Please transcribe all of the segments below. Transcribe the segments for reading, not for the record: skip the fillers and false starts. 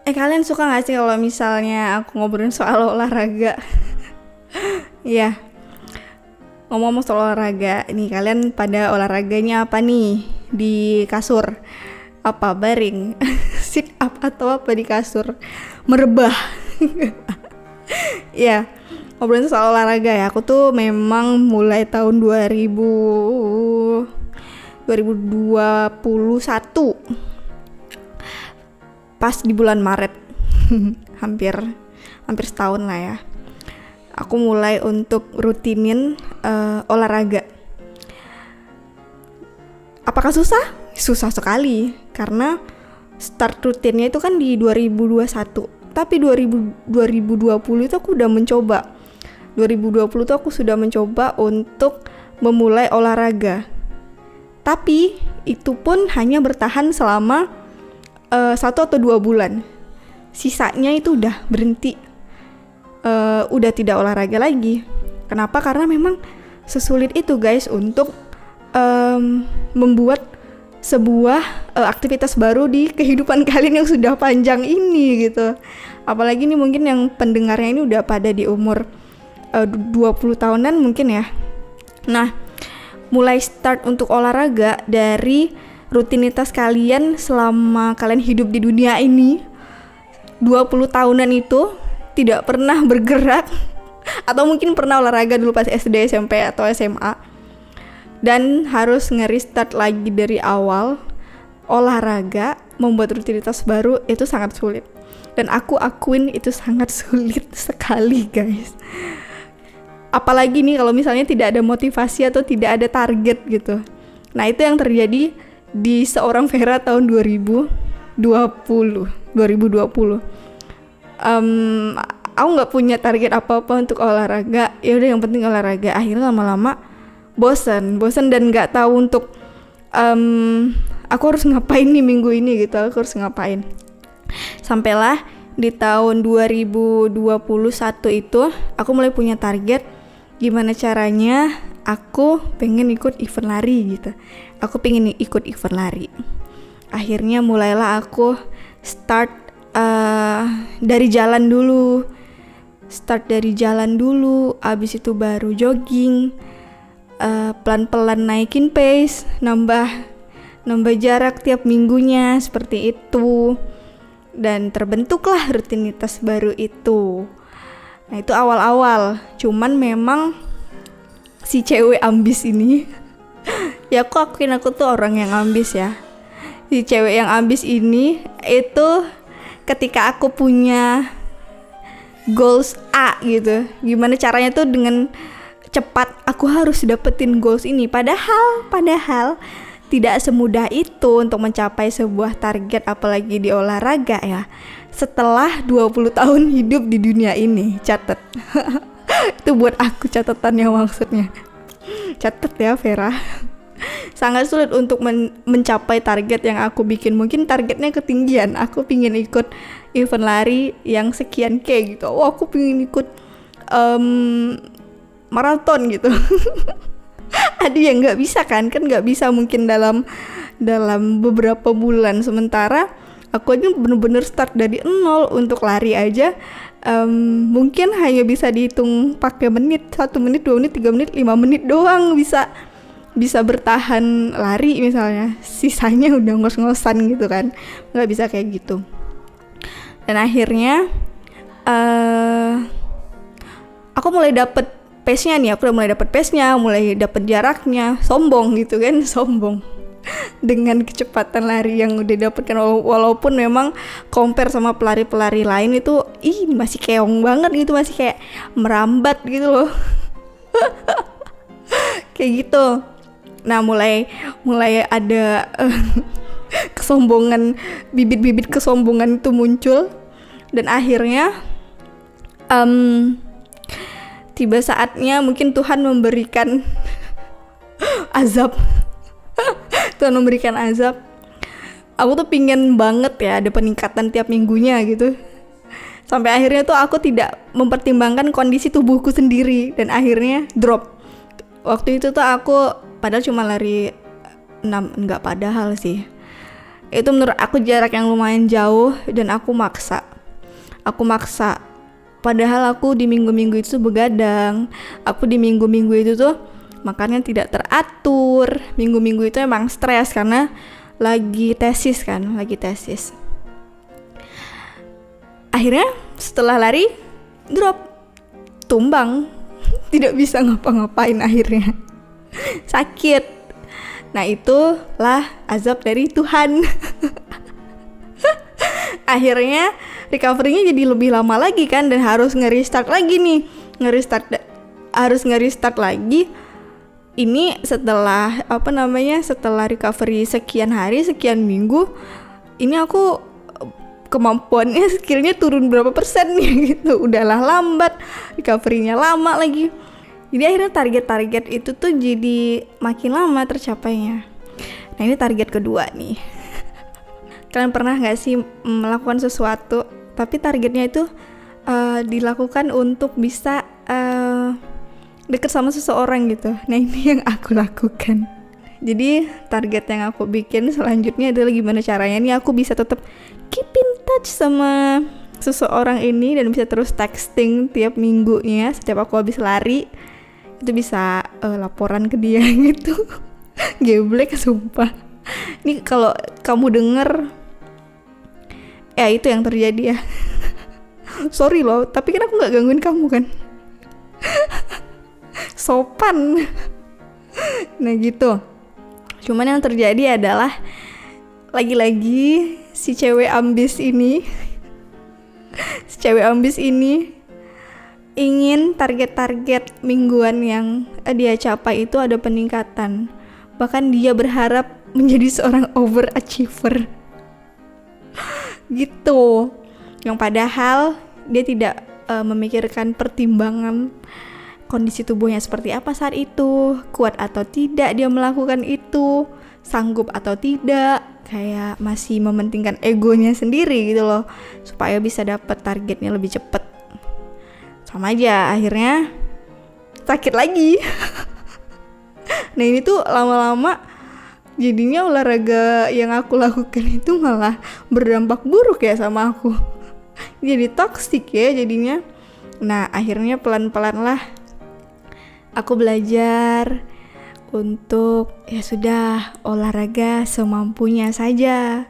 Kalian suka gak sih kalau misalnya aku ngobrolin soal olahraga? Iya, ngomong-ngomong soal olahraga, nih kalian pada olahraganya apa nih di kasur? Apa baring, sit up atau apa di kasur? Merebah. Iya, ngobrolin soal olahraga ya. Aku tuh memang mulai tahun 2021 pas di bulan Maret. hampir setahun lah ya. Aku mulai untuk rutinin olahraga. Apakah susah? Susah sekali, karena start rutinnya itu kan di 2021. Tapi 2020 itu aku udah mencoba. 2020 tuh aku sudah mencoba untuk memulai olahraga. Tapi itu pun hanya bertahan selama 1 atau 2 bulan. Sisanya itu udah berhenti. Udah tidak olahraga lagi. Kenapa? Karena memang sesulit itu guys untuk membuat sebuah aktivitas baru di kehidupan kalian yang sudah panjang ini gitu. Apalagi nih mungkin yang pendengarnya ini udah pada di umur 20 tahunan mungkin ya. Nah, mulai start untuk olahraga dari rutinitas kalian selama kalian hidup di dunia ini. 20 tahunan itu tidak pernah bergerak atau mungkin pernah olahraga dulu pas SD, SMP atau SMA, dan harus nge-restart lagi dari awal olahraga, membuat rutinitas baru itu sangat sulit. Dan aku akuin itu sangat sulit sekali guys. Apalagi nih kalau misalnya tidak ada motivasi atau tidak ada target gitu. Nah itu yang terjadi di seorang Vera tahun 2020. Aku nggak punya target apa-apa untuk olahraga. Ya udah yang penting olahraga. Akhirnya lama-lama bosan dan nggak tahu untuk aku harus ngapain nih minggu ini gitu. Aku harus ngapain. Sampailah di tahun 2021 itu aku mulai punya target. Gimana caranya aku pengen ikut event lari gitu. Aku pengen ikut event lari. Akhirnya mulailah aku start dari jalan dulu. Abis itu baru jogging. Pelan-pelan naikin pace, nambah jarak tiap minggunya seperti itu. Dan terbentuklah rutinitas baru itu. Nah itu awal-awal. Cuman memang si cewek ambis ini ya aku akuin aku tuh orang yang ambis ya. Si cewek yang ambis ini itu ketika aku punya goals A gitu, gimana caranya tuh dengan cepat aku harus dapetin goals ini. Padahal tidak semudah itu untuk mencapai sebuah target, apalagi di olahraga ya. Setelah 20 tahun hidup di dunia ini, catat. Itu buat aku catatannya maksudnya. Catat ya Vera. Sangat sulit untuk mencapai target yang aku bikin. Mungkin targetnya ketinggian. Aku pingin ikut event lari yang sekian K gitu. Aku pingin ikut maraton gitu. Ada yang nggak bisa kan nggak bisa mungkin dalam beberapa bulan. Sementara aku aja bener-bener start dari nol untuk lari aja. Mungkin hanya bisa dihitung pakai menit, 1 menit, 2 menit, 3 menit, 5 menit doang bisa bertahan lari misalnya. Sisanya udah ngos-ngosan gitu kan, nggak bisa kayak gitu. Dan akhirnya aku mulai dapet pace-nya nih, mulai dapet jaraknya, sombong gitu kan, sombong dengan kecepatan lari yang udah dapetkan. Walaupun memang compare sama pelari-pelari lain itu masih keong banget gitu, masih kayak merambat gitu loh. Kayak gitu. Nah mulai ada kesombongan, bibit-bibit kesombongan itu muncul. Dan akhirnya tiba saatnya mungkin Tuhan memberikan azab. Aku tuh pingin banget ya ada peningkatan tiap minggunya gitu. Sampai akhirnya tuh aku tidak mempertimbangkan kondisi tubuhku sendiri dan akhirnya drop. Waktu itu tuh aku padahal cuma lari 6, enggak padahal sih. Itu menurut aku jarak yang lumayan jauh dan aku maksa. Padahal aku di minggu-minggu itu begadang. Aku di minggu-minggu itu tuh makannya tidak teratur. Minggu-minggu itu emang stres karena lagi tesis. Akhirnya setelah lari drop, tumbang, tidak bisa ngapa-ngapain akhirnya. Sakit. Nah itulah azab dari Tuhan. Akhirnya recovery-nya jadi lebih lama lagi kan, dan harus nge-restart lagi nih. Harus nge-restart lagi. Ini setelah setelah recovery sekian hari, sekian minggu, ini aku kemampuannya, skillnya turun berapa persen nih gitu. Udahlah lambat, recovery-nya lama lagi. Jadi akhirnya target-target itu tuh jadi makin lama tercapainya. Nah ini target kedua nih. Kalian pernah gak sih melakukan sesuatu tapi targetnya itu dilakukan untuk bisa deket sama seseorang gitu. Nah ini yang aku lakukan. Jadi target yang aku bikin selanjutnya adalah gimana caranya nih aku bisa tetap keep in touch sama seseorang ini dan bisa terus texting tiap minggunya setiap aku habis lari. Itu bisa laporan ke dia gitu. Geblek sumpah. Ini kalau kamu denger, ya itu yang terjadi ya. Sorry loh, tapi kan aku gak gangguin kamu kan. Sopan. Nah gitu. Cuman yang terjadi adalah lagi-lagi si cewek ambis ini ingin target-target mingguan yang dia capai itu ada peningkatan. Bahkan dia berharap menjadi seorang overachiever. Gitu. Yang padahal dia tidak memikirkan pertimbangan kondisi tubuhnya seperti apa saat itu, kuat atau tidak dia melakukan itu, sanggup atau tidak, kayak masih mementingkan egonya sendiri gitu loh, supaya bisa dapat targetnya lebih cepat. Sama aja, akhirnya sakit lagi. Nah ini tuh lama-lama jadinya olahraga yang aku lakukan itu malah berdampak buruk ya sama aku. Jadi toksik ya jadinya. Nah akhirnya pelan-pelan lah aku belajar untuk ya sudah olahraga semampunya saja.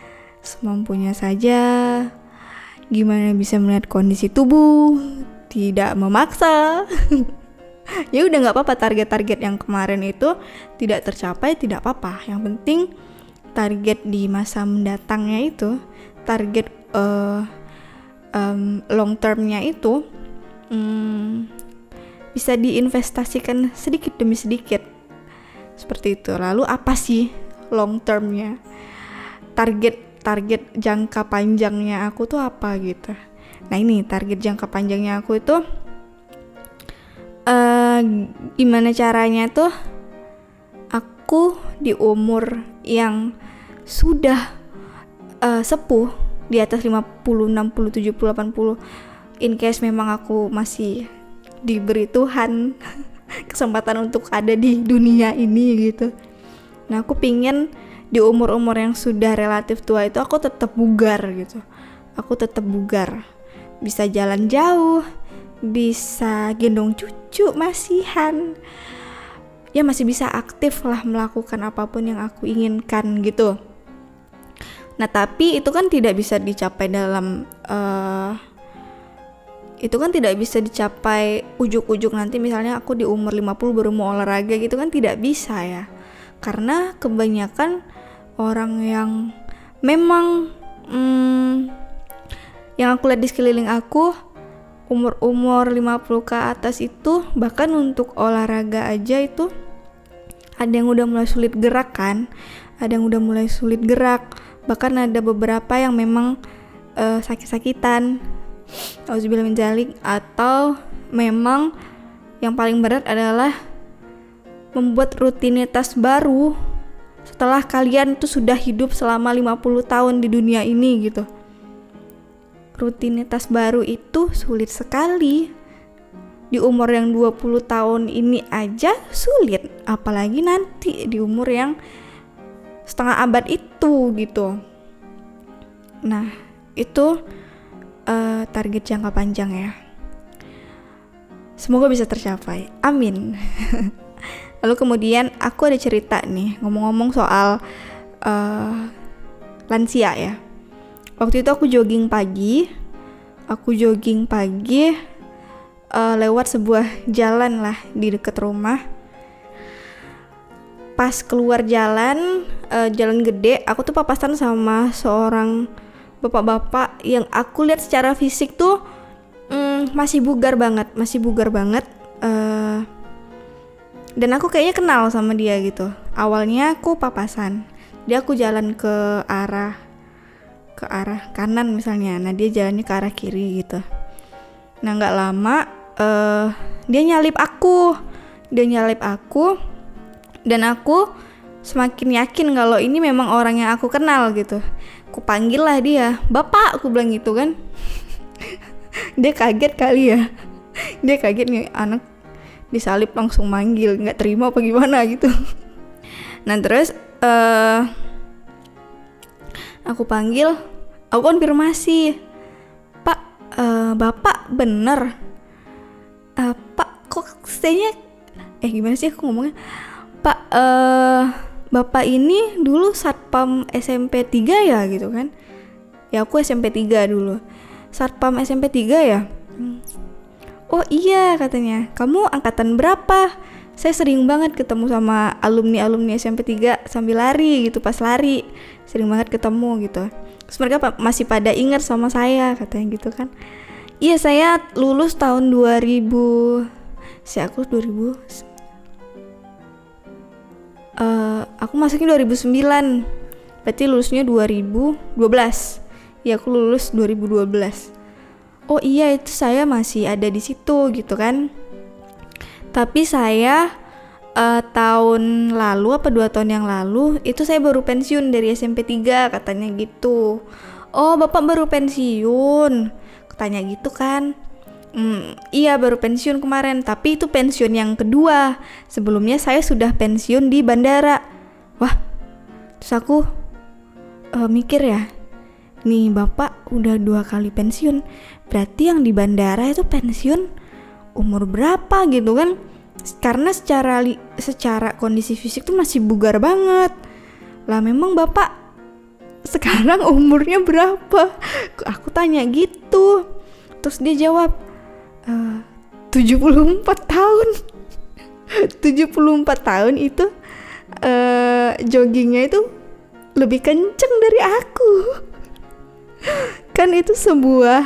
Gimana bisa melihat kondisi tubuh, tidak memaksa. Ya udah nggak apa-apa, target-target yang kemarin itu tidak tercapai tidak apa-apa. Yang penting target di masa mendatangnya itu, target long termnya itu bisa diinvestasikan sedikit demi sedikit seperti itu. Lalu apa sih long termnya? Target jangka panjangnya aku tuh apa gitu. Nah ini target jangka panjangnya aku itu gimana caranya tuh aku di umur yang sudah sepuh, di atas 50, 60, 70, 80, in case memang aku masih diberi Tuhan kesempatan untuk ada di dunia ini gitu. Nah aku pingin di umur-umur yang sudah relatif tua itu aku tetap bugar gitu. Aku tetap bugar, bisa jalan jauh, bisa gendong cucu masihan, ya masih bisa aktif lah melakukan apapun yang aku inginkan gitu. Nah tapi itu kan tidak bisa dicapai dalam itu kan tidak bisa dicapai ujuk-ujuk nanti misalnya aku di umur 50 baru mau olahraga gitu kan, tidak bisa ya. Karena kebanyakan orang yang memang yang aku lihat di sekeliling aku umur 50 ke atas itu bahkan untuk olahraga aja itu ada yang udah mulai sulit gerak kan, bahkan ada beberapa yang memang sakit-sakitan, auzubillah min dzalik, atau memang yang paling berat adalah membuat rutinitas baru setelah kalian tuh sudah hidup selama 50 tahun di dunia ini gitu. Rutinitas baru itu sulit sekali. Di umur yang 20 tahun ini aja sulit, apalagi nanti di umur yang setengah abad itu gitu. Nah itu target jangka panjang ya, semoga bisa tercapai, amin. Lalu kemudian aku ada cerita nih, ngomong-ngomong soal lansia ya. Waktu itu aku jogging pagi lewat sebuah jalan lah di dekat rumah. Pas keluar jalan gede, aku tuh papasan sama seorang bapak-bapak yang aku lihat secara fisik tuh masih bugar banget. Dan aku kayaknya kenal sama dia gitu. Awalnya aku papasan, aku jalan ke arah kanan misalnya, nah dia jalannya ke arah kiri gitu. Nah nggak lama dia nyalip aku dan aku semakin yakin kalau ini memang orang yang aku kenal gitu. Aku panggil lah dia, bapak, aku bilang gitu kan. Dia kaget kali ya, dia kaget nih anak disalip langsung manggil, nggak terima apa gimana gitu. Nah terus aku panggil, aku konfirmasi, Pak, bapak bener, Pak kok stay-nya gimana sih aku ngomongnya, Pak, bapak ini dulu satpam SMP 3 ya gitu kan. Ya aku SMP 3 dulu, satpam SMP 3 ya. Oh iya katanya, kamu angkatan berapa? Saya sering banget ketemu sama alumni SMP 3 sambil lari gitu, pas lari sering banget ketemu gitu. Terus mereka masih pada ingat sama saya katanya gitu kan. Iya saya lulus tahun 2000. Aku masuknya 2009. Berarti lulusnya 2012. Ya aku lulus 2012. Oh iya itu saya masih ada di situ gitu kan. Tapi saya tahun lalu apa 2 tahun yang lalu itu saya baru pensiun dari SMP 3 katanya gitu. Oh bapak baru pensiun katanya gitu kan. Iya baru pensiun kemarin, tapi itu pensiun yang kedua. Sebelumnya saya sudah pensiun di bandara. Wah, terus aku mikir ya, nih bapak udah 2 kali pensiun, berarti yang di bandara itu pensiun umur berapa gitu kan? Karena secara kondisi fisik tuh masih bugar banget. Lah memang bapak sekarang umurnya berapa? Aku tanya gitu. Terus dia jawab 74 tahun. 74 tahun itu joggingnya itu lebih kenceng dari aku. Kan itu sebuah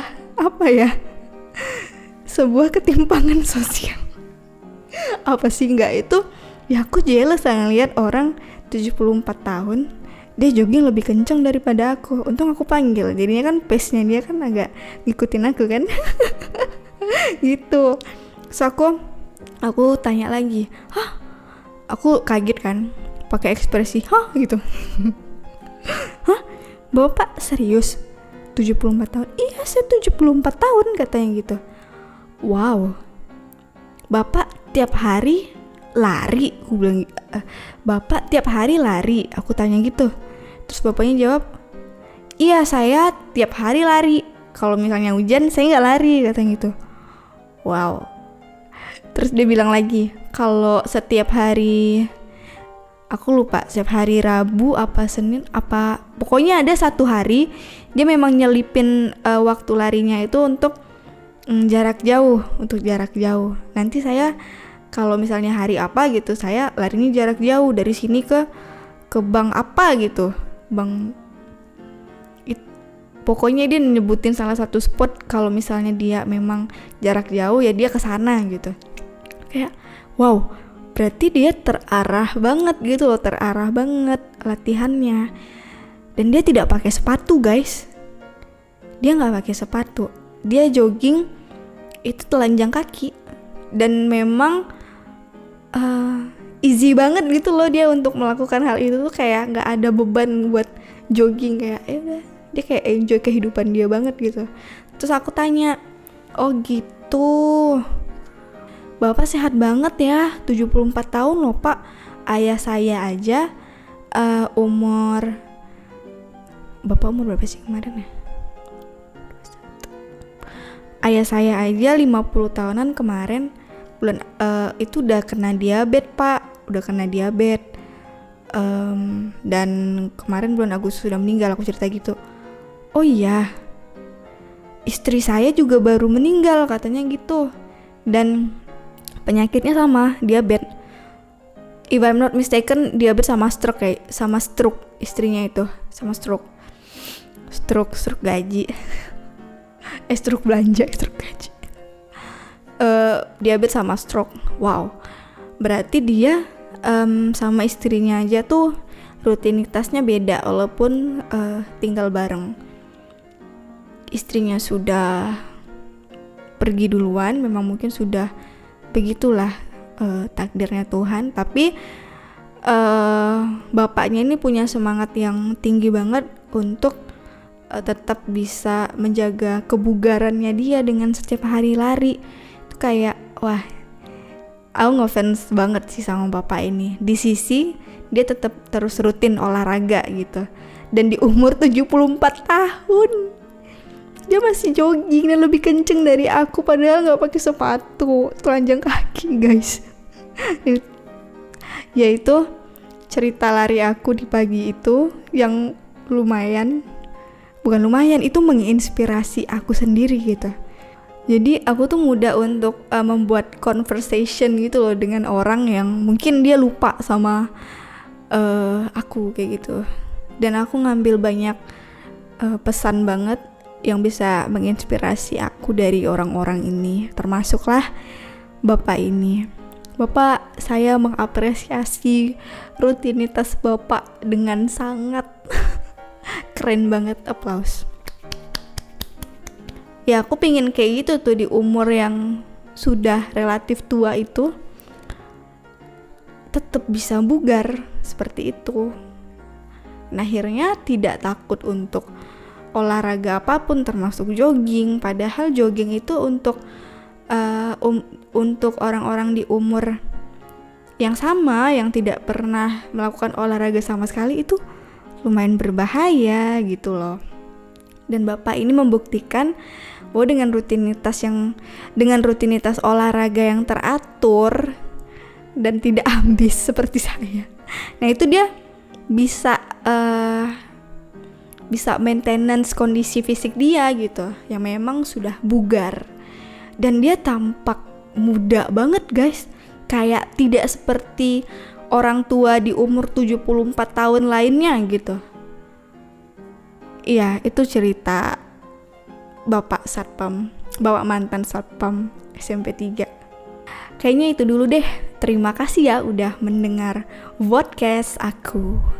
sebuah ketimpangan sosial. Apa sih enggak itu? Ya aku jealous ngeliat orang 74 tahun dia jogging lebih kenceng daripada aku. Untung aku panggil, jadinya kan pace-nya dia kan agak ngikutin aku kan. Gitu. So aku tanya lagi, hah? Aku kaget kan, pakai ekspresi hah gitu. Hah? Bapak serius 74 tahun? Iya saya 74 tahun katanya gitu. Wow, bapak tiap hari lari? Aku bilang, bapak tiap hari lari? Aku tanya gitu. Terus bapaknya jawab, iya saya tiap hari lari, kalau misalnya hujan saya gak lari katanya gitu. Wow. Terus dia bilang lagi, kalau setiap hari, aku lupa setiap hari Rabu apa Senin apa, pokoknya ada satu hari dia memang nyelipin waktu larinya itu untuk jarak jauh. Nanti saya kalau misalnya hari apa gitu, saya larinya jarak jauh dari sini ke bank apa gitu, pokoknya dia nyebutin salah satu spot. Kalau misalnya dia memang jarak jauh ya dia ke sana gitu. Kayak wow, berarti dia terarah banget gitu loh, terarah banget latihannya. Dan dia tidak pakai sepatu guys, dia nggak pakai sepatu, dia jogging itu telanjang kaki. Dan memang easy banget gitu loh dia untuk melakukan hal itu tuh, kayak nggak ada beban buat jogging, kayak udah dia kayak enjoy kehidupan dia banget gitu. Terus aku tanya, oh gitu, bapak sehat banget ya, 74 tahun loh pak. Ayah saya aja Bapak umur berapa sih kemarin ya? Ayah saya aja 50 tahunan kemarin bulan itu udah kena diabetes Pak, dan kemarin bulan Agustus sudah meninggal. Aku cerita gitu. Oh iya, istri saya juga baru meninggal katanya gitu, dan penyakitnya sama, diabetes. If I'm not mistaken, diabetes sama stroke istrinya itu, sama stroke gaji. Stroke belanja, stroke gaji. Diabetes sama stroke. Wow. Berarti dia sama istrinya aja tuh rutinitasnya beda walaupun tinggal bareng. Istrinya sudah pergi duluan, memang mungkin sudah begitulah takdirnya Tuhan, tapi bapaknya ini punya semangat yang tinggi banget untuk tetap bisa menjaga kebugarannya dia dengan setiap hari lari. Itu kayak wah, aku ngefans banget sih sama bapak ini. Di sisi dia tetap terus rutin olahraga gitu, dan di umur 74 tahun dia masih jogging dan lebih kenceng dari aku, padahal nggak pakai sepatu, telanjang kaki guys. Yaitu cerita lari aku di pagi itu yang bukan lumayan, itu menginspirasi aku sendiri gitu. Jadi aku tuh mudah untuk membuat conversation gitu loh dengan orang yang mungkin dia lupa sama aku kayak gitu. Dan aku ngambil banyak pesan banget yang bisa menginspirasi aku dari orang-orang ini, termasuklah bapak ini. Bapak, saya mengapresiasi rutinitas bapak dengan sangat keren banget, aplaus. Ya, aku pingin kayak gitu tuh di umur yang sudah relatif tua itu, tetap bisa bugar seperti itu. Nah, akhirnya tidak takut untuk olahraga apapun termasuk jogging, padahal jogging itu untuk orang-orang di umur yang sama yang tidak pernah melakukan olahraga sama sekali itu lumayan berbahaya gitu loh. Dan bapak ini membuktikan bahwa dengan rutinitas olahraga yang teratur dan tidak ambis seperti saya, nah itu dia bisa maintenance kondisi fisik dia gitu, yang memang sudah bugar. Dan dia tampak muda banget guys, kayak tidak seperti orang tua di umur 74 tahun lainnya gitu. Iya, itu cerita bapak mantan satpam SMP 3. Kayaknya itu dulu deh. Terima kasih ya udah mendengar podcast aku.